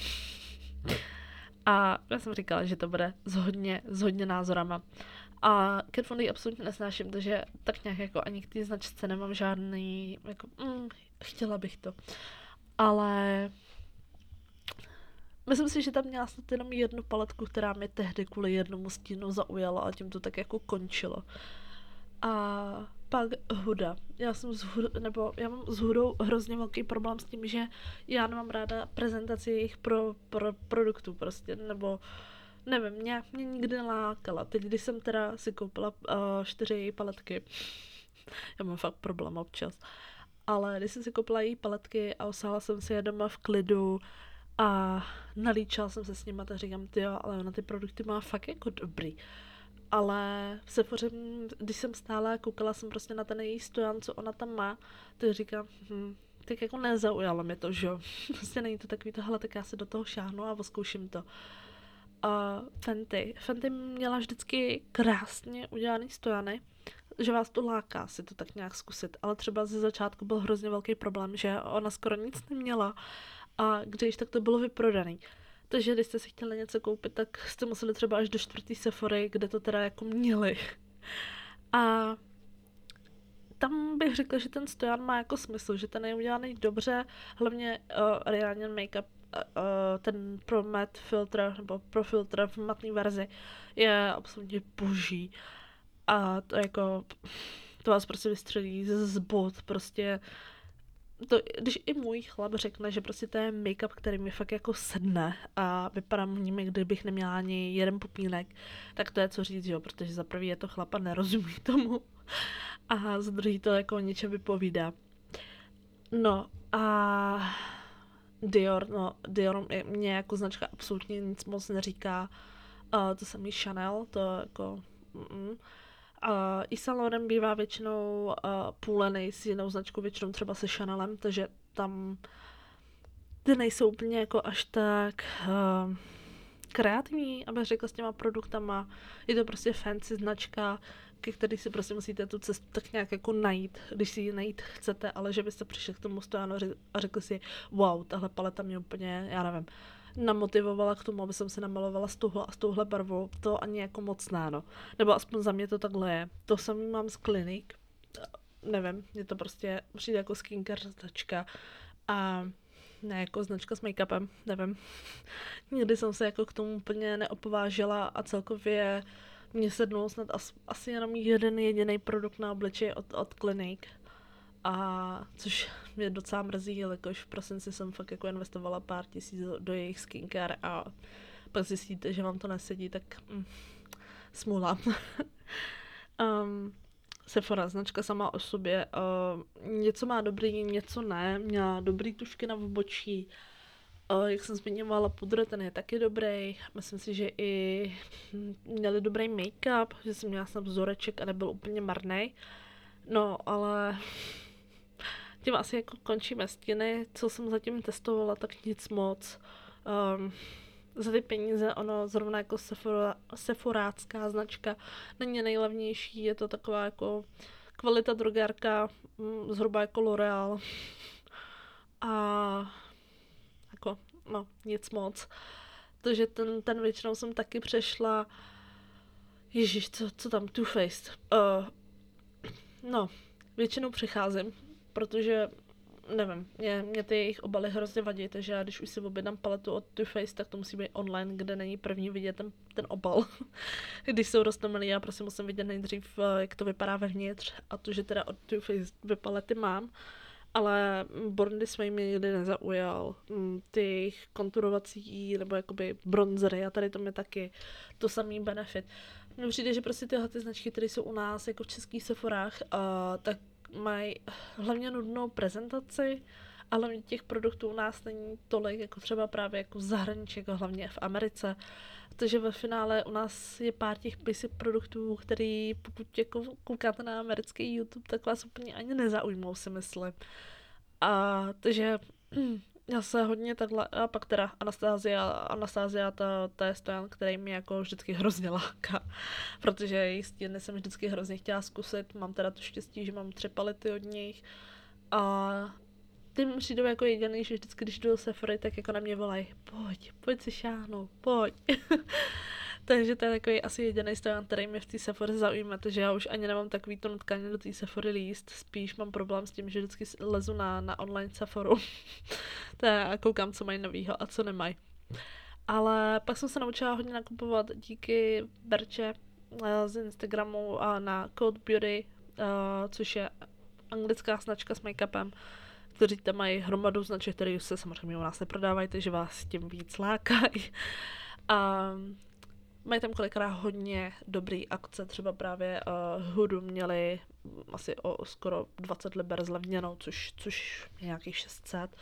A já jsem říkala, že to bude s hodně, s hodně názorama. A Kat Von D absolutně nesnáším, takže tak nějak jako ani k té značce nemám žádný, jako, mm, chtěla bych to. Ale myslím si, že tam měla snad jenom jednu paletku, která mě tehdy kvůli jednomu stínu zaujala a tím to tak jako končilo. A pak Huda. Já jsem s Hudou, nebo já mám s Hudou hrozně velký problém s tím, že já nemám ráda prezentaci jejich pro, pro produktů prostě, nebo nevím, nějak mě nikdy nelákala. Teď, když jsem teda si koupila uh, čtyři její paletky, já mám fakt problém občas, ale když jsem si koupila její paletky a osáhla jsem si je doma v klidu a nalíčala jsem se s nimi a říkám, tyjo, ale ona ty produkty má fakt jako dobrý. Ale v Sephoře, když jsem stála a koukala jsem prostě na ten její stojan, co ona tam má, tak říkám, hm, tak jako nezaujalo mě to, že jo. Prostě není to takový tohle, tak já se do toho šáhnu a zkouším to. Uh, Fenty. Fenty měla vždycky krásně udělaný stojany, že vás to láká si to tak nějak zkusit, ale třeba ze začátku byl hrozně velký problém, že ona skoro nic neměla a když tak to bylo vyprodaný. Takže když jste si chtěli něco koupit, tak jste museli třeba až do čtvrtý Sephory, kde to teda jako měli. A tam bych řekla, že ten stojan má jako smysl, že ten je udělaný dobře, hlavně uh, Rihanna Makeup, uh, ten pro matte filtr, nebo pro filtr v matné verzi je absolutně boží. A to jako, to vás prostě vystřelí z, z bod, prostě to, když i můj chlap řekne, že prostě to je make-up, který mi fakt jako sedne a vypadám v ním, kdybych neměla ani jeden pupínek, tak to je co říct, jo, protože za prvý je to chlap a nerozumí tomu a za druhý to jako o něčem vypovídá. No a Dior, no Dior mě jako značka absolutně nic moc neříká, uh, to samý Chanel, to jako mm, Uh, I Saint Laurent bývá většinou uh, půlený s jinou značkou, většinou třeba se Chanelem, takže tam ty nejsou úplně jako až tak uh, kreativní, abych řekla, s těma produktama. Je to prostě fancy značka, ke který si prostě musíte tu cestu tak nějak jako najít, když si ji najít chcete, ale že byste přišli k tomu stojanu a řekli si, wow, tahle paleta mě úplně, já nevím, namotivovala k tomu, aby jsem se namalovala s touhle a s touhle barvou, to ani jako moc ne, no. Nebo aspoň za mě to takhle je. To samý mám z Clinique, nevím, je to prostě přijde jako skincare značka a ne jako značka s make-upem, nevím. Nikdy jsem se jako k tomu úplně neopovážila a celkově mě sednul snad as, asi jenom jeden jediný produkt na obličeji od, od Clinique. A což mě docela mrzí, jelikož v prosinci jsem fakt jako investovala pár tisíc do, do jejich skincare a pak zjistíte, že vám to nesedí, tak mm, smůla. um, Sephora, značka sama o sobě, uh, něco má dobrý, něco ne, měla dobrý tušky na obočí, uh, jak jsem zmiňovala, pudr, ten je taky dobrý, myslím si, že i měli dobrý make-up, že jsem měla snad vzoreček a nebyl úplně marný, no ale tím asi jako končíme stíny, co jsem zatím testovala, tak nic moc. Um, za ty peníze ono zrovna jako Sephora, sephorácká značka není nejlevnější, je to taková jako kvalita drogérka, mm, zhruba jako L'Oreal. A jako, no, nic moc. Takže ten, ten většinou jsem taky přešla. Ježíš, co, co tam, Too Faced. Uh, no, většinou přecházím, protože nevím, mě, mě ty jejich obaly hrozně vadí, takže já když už si objednám paletu od Too Faced, tak to musí být online, kde není první vidět ten, ten obal. Když jsou roztomilý, já prostě musím vidět nejdřív, jak to vypadá vevnitř a to, že teda od Too Faced dvě palety mám, ale Born This Way mě nikdy nezaujal. Ty jejich konturovací nebo jakoby bronzery a tady to mě taky to samý Benefit. Mně přijde, že prostě tyhle ty značky, které jsou u nás jako v českých Sephorách, uh, tak mají hlavně nudnou prezentaci a hlavně těch produktů u nás není tolik, jako třeba právě jako v zahraničí, jako hlavně v Americe. Takže ve finále u nás je pár těch basic produktů, který pokud jako koukáte na americký YouTube, tak vás úplně ani nezaujmou, si myslím. A takže já se hodně takhle, a pak teda Anastasia, Anastasia ta, ta je stojan, který mě jako vždycky hrozně láká, protože její stíny jsem vždycky hrozně chtěla zkusit, mám teda to štěstí, že mám tři palety od nich a ty mi přijdou jako jediný, že vždycky, když jdu do Sephory, tak jako na mě volají, pojď, pojď si šáhnout, pojď. Takže to je takový asi jediný stojan, který mě v té Sephoře zaujme, takže já už ani nemám takový to nutkání do té Sephory líst, spíš mám problém s tím, že vždycky lezu na, na online Sephoru. To je, a koukám, co mají novýho a co nemají. Ale pak jsem se naučila hodně nakupovat díky Berče z Instagramu a na Code Beauty, což je anglická značka s make-upem, kteří tam mají hromadu značek, které se samozřejmě u nás neprodávají, takže vás tím víc lákají. A mají tam kolikrát hodně dobrý akce, třeba právě uh, Hudu měli asi o skoro dvacet liber zlevněnou, což, což je nějakých šest set.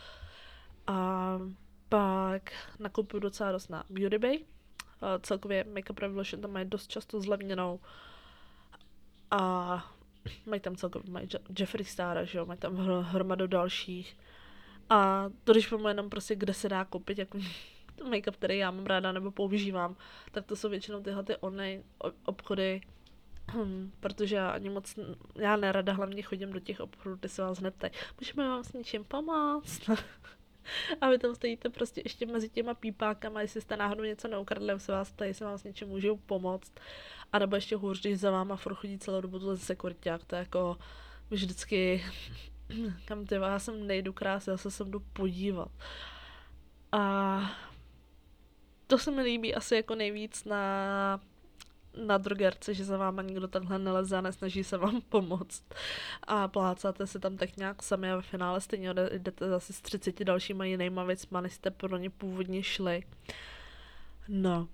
A pak nakupuju docela dost na Beauty Bay. Uh, celkově Makeup Revolution tam mají dost často zlevněnou. A mají tam celkově, mají Jeffree Stara, že jo, mají tam hromadu dalších. A to, když mám jenom prostě, kde se dá koupit jako make-up, který já mám ráda nebo používám, tak to jsou většinou tyhle ty online obchody, Hmm, protože já ani moc, já nerada hlavně chodím do těch obchodů, kde se vás neptají, můžeme vám s něčím pomoct? A vy tam stojíte prostě ještě mezi těma pípákama, jestli jste náhodou něco neukradli, se vás ptají, jestli vám s něčím můžou pomoct. A nebo ještě hůř, když za váma furt chodí celou dobu tohle sekuriťák, to je jako vždycky, kam ty, já sem nejdu krásy, já se sem jdu podívat. A to se mi líbí asi jako nejvíc na na drogerce, že za váma nikdo takhle neleze a nesnaží se vám pomoct. A plácáte se tam tak nějak sami a ve finále stejně jdete zase s třiceti dalšíma jinýma věcma, než jste pro ně původně šli. No.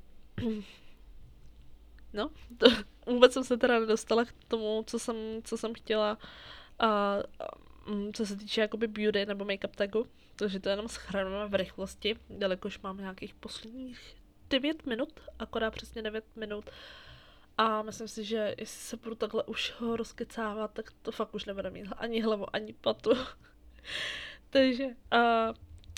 No, to, vůbec jsem se teda nedostala k tomu, co jsem, co jsem chtěla. A, a co se týče jakoby beauty nebo make-up tagu, takže to jenom schrneme v rychlosti, jelikož mám nějakých posledních devět minut, akorát přesně devět minut. A myslím si, že jestli se budu takhle už rozkecávat, tak to fakt už nebude mít ani hlavu, ani patu. Takže uh,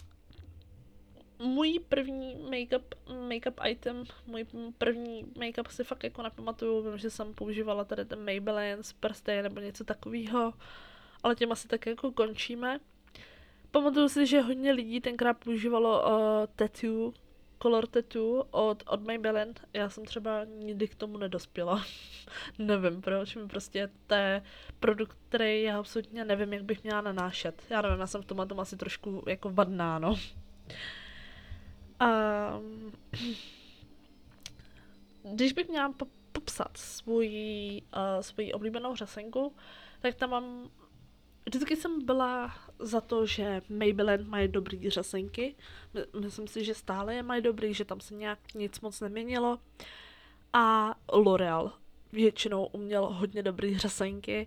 můj první make-up, make-up item, můj první make-up si fakt jako nepamatuju, vím, že jsem používala tady ten Maybelline z prsty nebo něco takového, ale tím asi tak jako končíme. Pamatuju si, že hodně lidí tenkrát používalo uh, tattoo, color tattoo od, od Maybelline. Já jsem třeba nikdy k tomu nedospěla. Nevím proč, mi prostě to je produkt, který já absolutně nevím, jak bych měla nanášet. Já nevím, já jsem v tom a tom asi trošku jako vadná, no. A když bych měla popsat svůj, uh, svůj oblíbenou řasenku, tak tam mám vždycky jsem byla za to, že Maybelline mají dobrý řasenky. Myslím si, že stále je mají dobrý, že tam se nějak nic moc neměnilo. A L'Oreal většinou uměl hodně dobrý řasenky.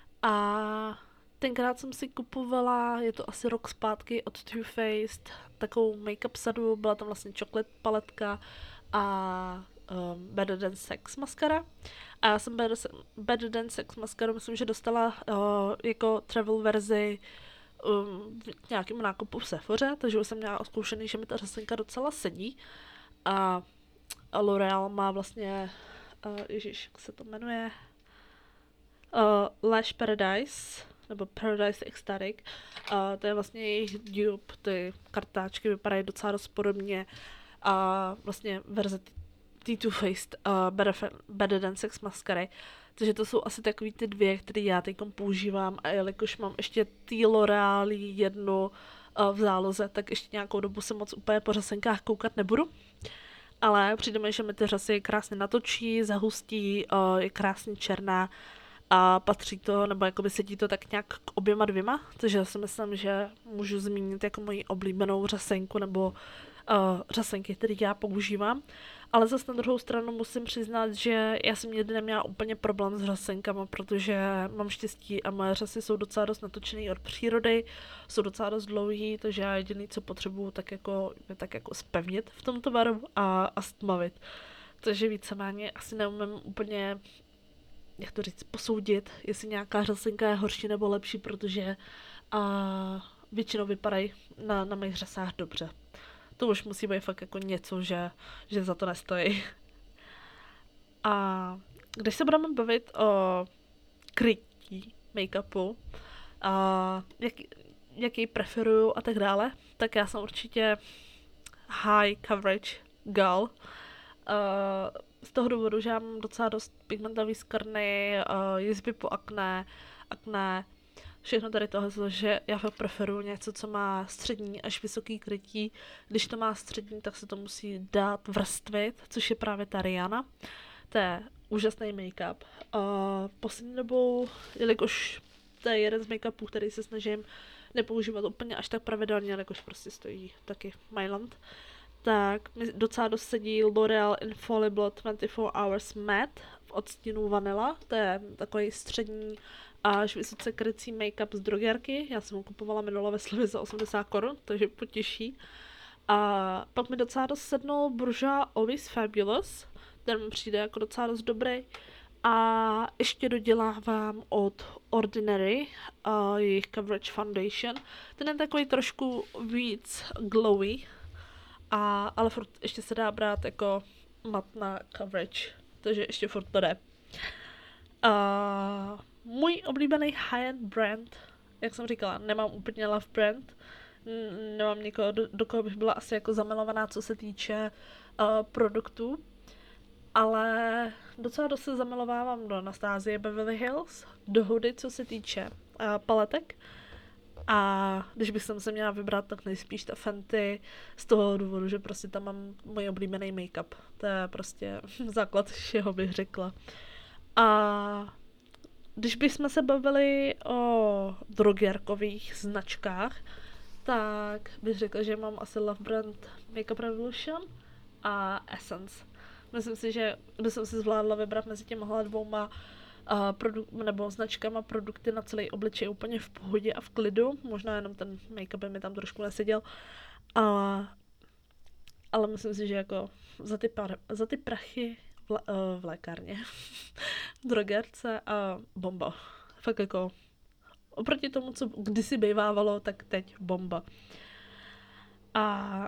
A tenkrát jsem si kupovala, je to asi rok zpátky, od Too Faced, takovou make-up sadu, byla tam vlastně chocolate paletka a um, Better Than Sex maskara. A já jsem Better, Better Than Sex maskaru, myslím, že dostala uh, jako travel verzi um, v nějakém nákupu v Sephoře, takže už jsem měla oskoušený, že mi ta řasenka docela sedí. A L'Oreal má vlastně, uh, ježiš, jak se to jmenuje, uh, Lash Paradise, nebo Paradise Ecstatic. Uh, to je vlastně jejich dupe, ty kartáčky vypadají docela dost podobně. A vlastně verze ty Too Faced uh, better, better Than Sex maskary. Takže to jsou asi takový ty dvě, které já teď používám, a jelikož mám ještě ty L'Oreal jednu uh, v záloze, tak ještě nějakou dobu se moc úplně po řasenkách koukat nebudu. Ale přijde mi, že mi ty řasy krásně natočí, zahustí, uh, je krásně černá a patří to, nebo jakoby sedí to tak nějak k oběma dvěma, takže já si myslím, že můžu zmínit jako moji oblíbenou řasenku nebo uh, řasenky, které já používám. Ale zase na druhou stranu musím přiznat, že já jsem nikdy neměla úplně problém s řasenkama, protože mám štěstí a moje řasy jsou docela dost natočený od přírody, jsou docela dost dlouhý, takže já jediný, co potřebuju, tak jako, je tak jako spevnit v tom tovaru a, a stmavit. Takže víceméně asi neumím úplně, jak to říct, posoudit, jestli nějaká řasenka je horší nebo lepší, protože a, většinou vypadají na, na mých řasách dobře. To už musí být fakt jako něco, že, že za to nestojí. A když se budeme bavit o krytí make-upu, a jak, jaký preferuju a tak dále, tak já jsem určitě high coverage girl. Uh, z toho důvodu, že já mám docela dost pigmentový skvrny, uh, jizby po akné, akné, všechno tady tohle, že já fakt preferuju něco, co má střední až vysoký krytí. Když to má střední, tak se to musí dát vrstvit, což je právě ta Rihanna. To je úžasný make-up. Uh, poslední dobou, jelikož to je jeden z make-upů, který se snažím nepoužívat úplně až tak pravidelně, jelikož prostě stojí taky Myland, tak mi docela dost sedí L'Oreal Infallible dvacet čtyři Hours Matte v odstínu Vanilla. To je takový střední až vysoce krycí make-up z drogerky. Já jsem ho kupovala minule ve slevě za osmdesát korun, takže potěší. A pak mi docela dost sednul Bourjois Always Fabulous. Ten mi přijde jako docela dost dobrý. A ještě dodělávám od Ordinary uh, jejich Coverage Foundation. Ten je takový trošku víc glowy, a, ale furt ještě se dá brát jako mat na coverage, takže ještě furt to jde. Uh, můj oblíbený high-end brand, jak jsem říkala, nemám úplně love brand, N- nemám někoho, do, do koho bych byla asi jako zamilovaná, co se týče uh, produktů, ale docela dost se zamilovávám do Anastasie Beverly Hills, do Hudy, co se týče uh, paletek. A když bych se měla vybrat, tak nejspíš ta Fenty z toho důvodu, že prostě tam mám můj oblíbený make-up. To je prostě základ všeho, bych řekla. A když bychom se bavili o drogérkových značkách, tak bych řekla, že mám asi love brand Makeup Revolution a Essence. Myslím si, že bych si zvládla vybrat mezi těmihle dvouma uh, produ- nebo značkama produkty na celý obličej úplně v pohodě a v klidu. Možná jenom ten make-up by mi tam trošku neseděl. Uh, ale myslím si, že jako za ty, par- za ty prachy v, le- uh, v lékárně, v drogerce a bomba. Fakt jako oproti tomu, co kdysi bývávalo, tak teď bomba. A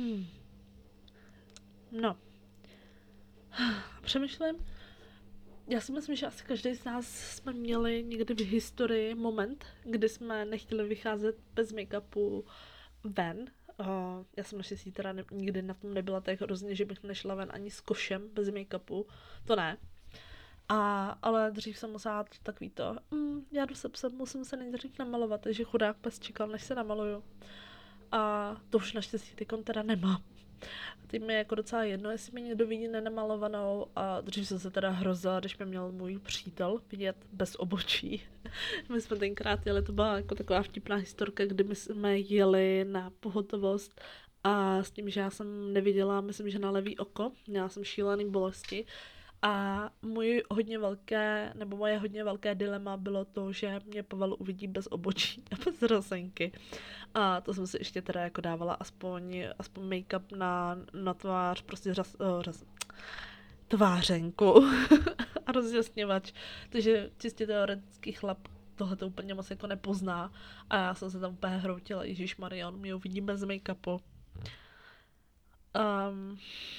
no, přemýšlím, já si myslím, že asi každý z nás jsme měli někdy v historii moment, kdy jsme nechtěli vycházet bez make-upu ven. Uh, já jsem naštěstí teda ne, nikdy na tom nebyla tak hrozně, že bych nešla ven ani s košem bez make-upu. To ne. A, ale dřív jsem musela takový to, mm, já jdu se psem, musím se nejdřív namalovat, takže chudák pes čekal, než se namaluju. A to už naštěstí tykom teda nemám. Teď mi je jako docela jedno, jestli mě někdo vidí nenamalovanou, a dřív jsem se teda hrozila, když mě měl můj přítel vidět bez obočí. My jsme tenkrát jeli, to byla jako taková vtipná historka, kdy my jsme jeli na pohotovost a s tím, že já jsem neviděla, myslím, že na levý oko, měla jsem šílený bolesti. A můj hodně velké, nebo moje hodně velké dilema bylo to, že mě povalu uvidí bez obočí a bez rozenky. A to jsem si ještě teda jako dávala aspoň, aspoň make-up na, na tvář, prostě řas, oh, řas, tvářenku a rozjasňovač. Takže čistě teoretický chlap tohle to úplně moc jako nepozná. A já jsem se tam úplně hroutila, ježišmarja, on mě uvidí bez make-upu. Um,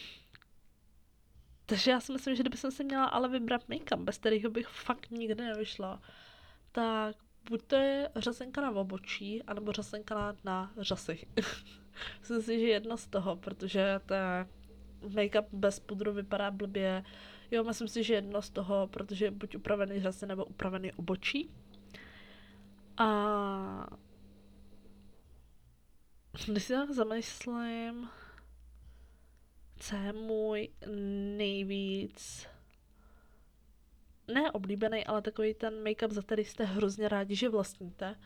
Takže já si myslím, že kdyby jsem si měla ale vybrat make-up, bez kterého bych fakt nikdy nevyšla, tak buď to je řasenka na obočí, anebo řasenka na, na řasy. Myslím si, že jedno z toho, protože to make-up bez pudru vypadá blbě. Jo, myslím si, že jedno z toho, protože buď upravený řasy, nebo upravený obočí. A když si tak zamyslím, co je můj nejvíc ne oblíbený, ale takový ten make-up, za který jste hrozně rádi, že vlastníte,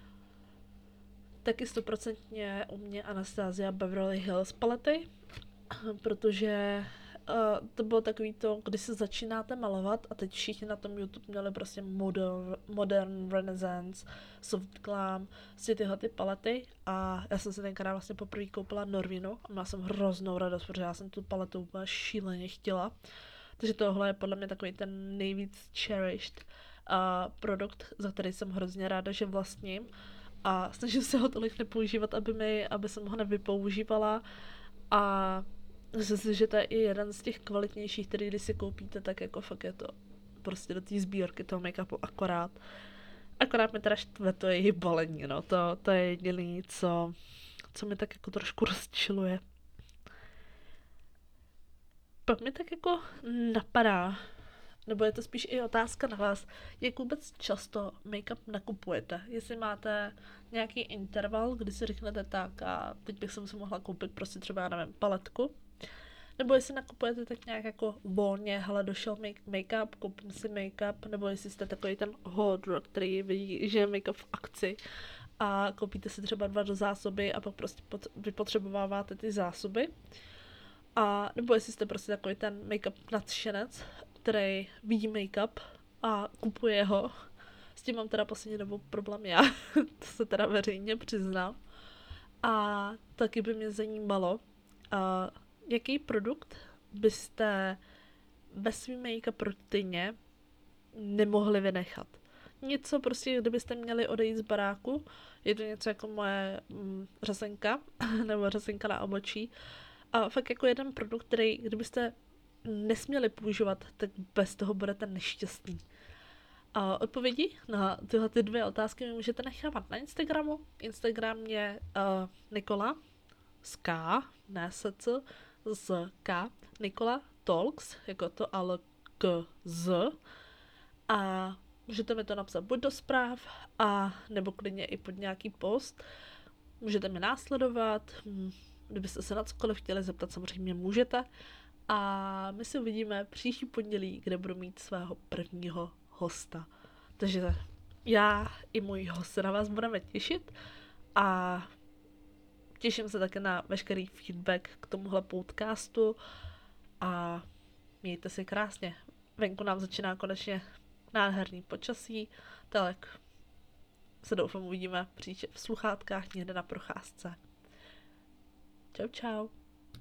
taky stoprocentně u mě Anastasia Beverly Hills palety, protože uh, to bylo takový to, kdy se začínáte malovat a teď všichni na tom YouTube měli prostě modern, modern renaissance, soft glam, si tyhle ty palety a já jsem si tenkrát vlastně poprvé koupila Norvinu a měla jsem hroznou radost, protože já jsem tu paletu úplně šíleně chtěla. Takže tohle je podle mě takový ten nejvíc cherished uh, produkt, za který jsem hrozně ráda, že vlastním. A snažím se ho tolik nepoužívat, aby, mi, aby jsem ho nevypoužívala. A myslím si, že to je i jeden z těch kvalitnějších, který když si koupíte, tak jako fakt je to prostě do té sbírky toho make-upu akorát. Akorát mi teda štve to její balení, no. To, to je jediný, co, co mi tak jako trošku rozčiluje. Pak mi tak jako napadá, nebo je to spíš i otázka na vás, jak vůbec často make-up nakupujete. Jestli máte nějaký interval, kdy si řeknete tak a teď bych si mohla koupit prostě třeba, já nevím, paletku. Nebo jestli nakupujete tak nějak jako volně, hele, došel make-up, koupím si make-up, nebo jestli jste takový ten hodr, který vidí, že je make-up v akci a koupíte si třeba dva do zásoby a pak prostě pot- vypotřebováváte ty zásoby. A nebo jestli jste prostě takový ten make-up nadšenec, který vidí make-up a kupuje ho. S tím mám teda poslední dobou problém já, to se teda veřejně přiznám. A taky by mě zajímalo, uh, jaký produkt byste ve svým make-up rutině nemohli vynechat. Něco prostě, kdybyste měli odejít z baráku, je to něco jako moje mm, řasenka, nebo řasenka na obočí. A fakt jako jeden produkt, který kdybyste nesměli používat, tak bez toho budete nešťastný. A odpovědi na tyhle ty dvě otázky mi můžete nechávat na Instagramu. Instagram je uh, Nikola z K, ne se C, z K, Nikola Talks, jako to, ale k z. A můžete mi to napsat buď do zpráv, a nebo klidně i pod nějaký post. Můžete mě následovat, kdybyste se na cokoliv chtěli zeptat, samozřejmě můžete. A my se uvidíme příští pondělí, kde budu mít svého prvního hosta. Takže já i můj host se na vás budeme těšit a těším se také na veškerý feedback k tomuhle podcastu a mějte se krásně. Venku nám začíná konečně nádherný počasí, tak se doufám uvidíme příště v sluchátkách někde na procházce. Čau čau.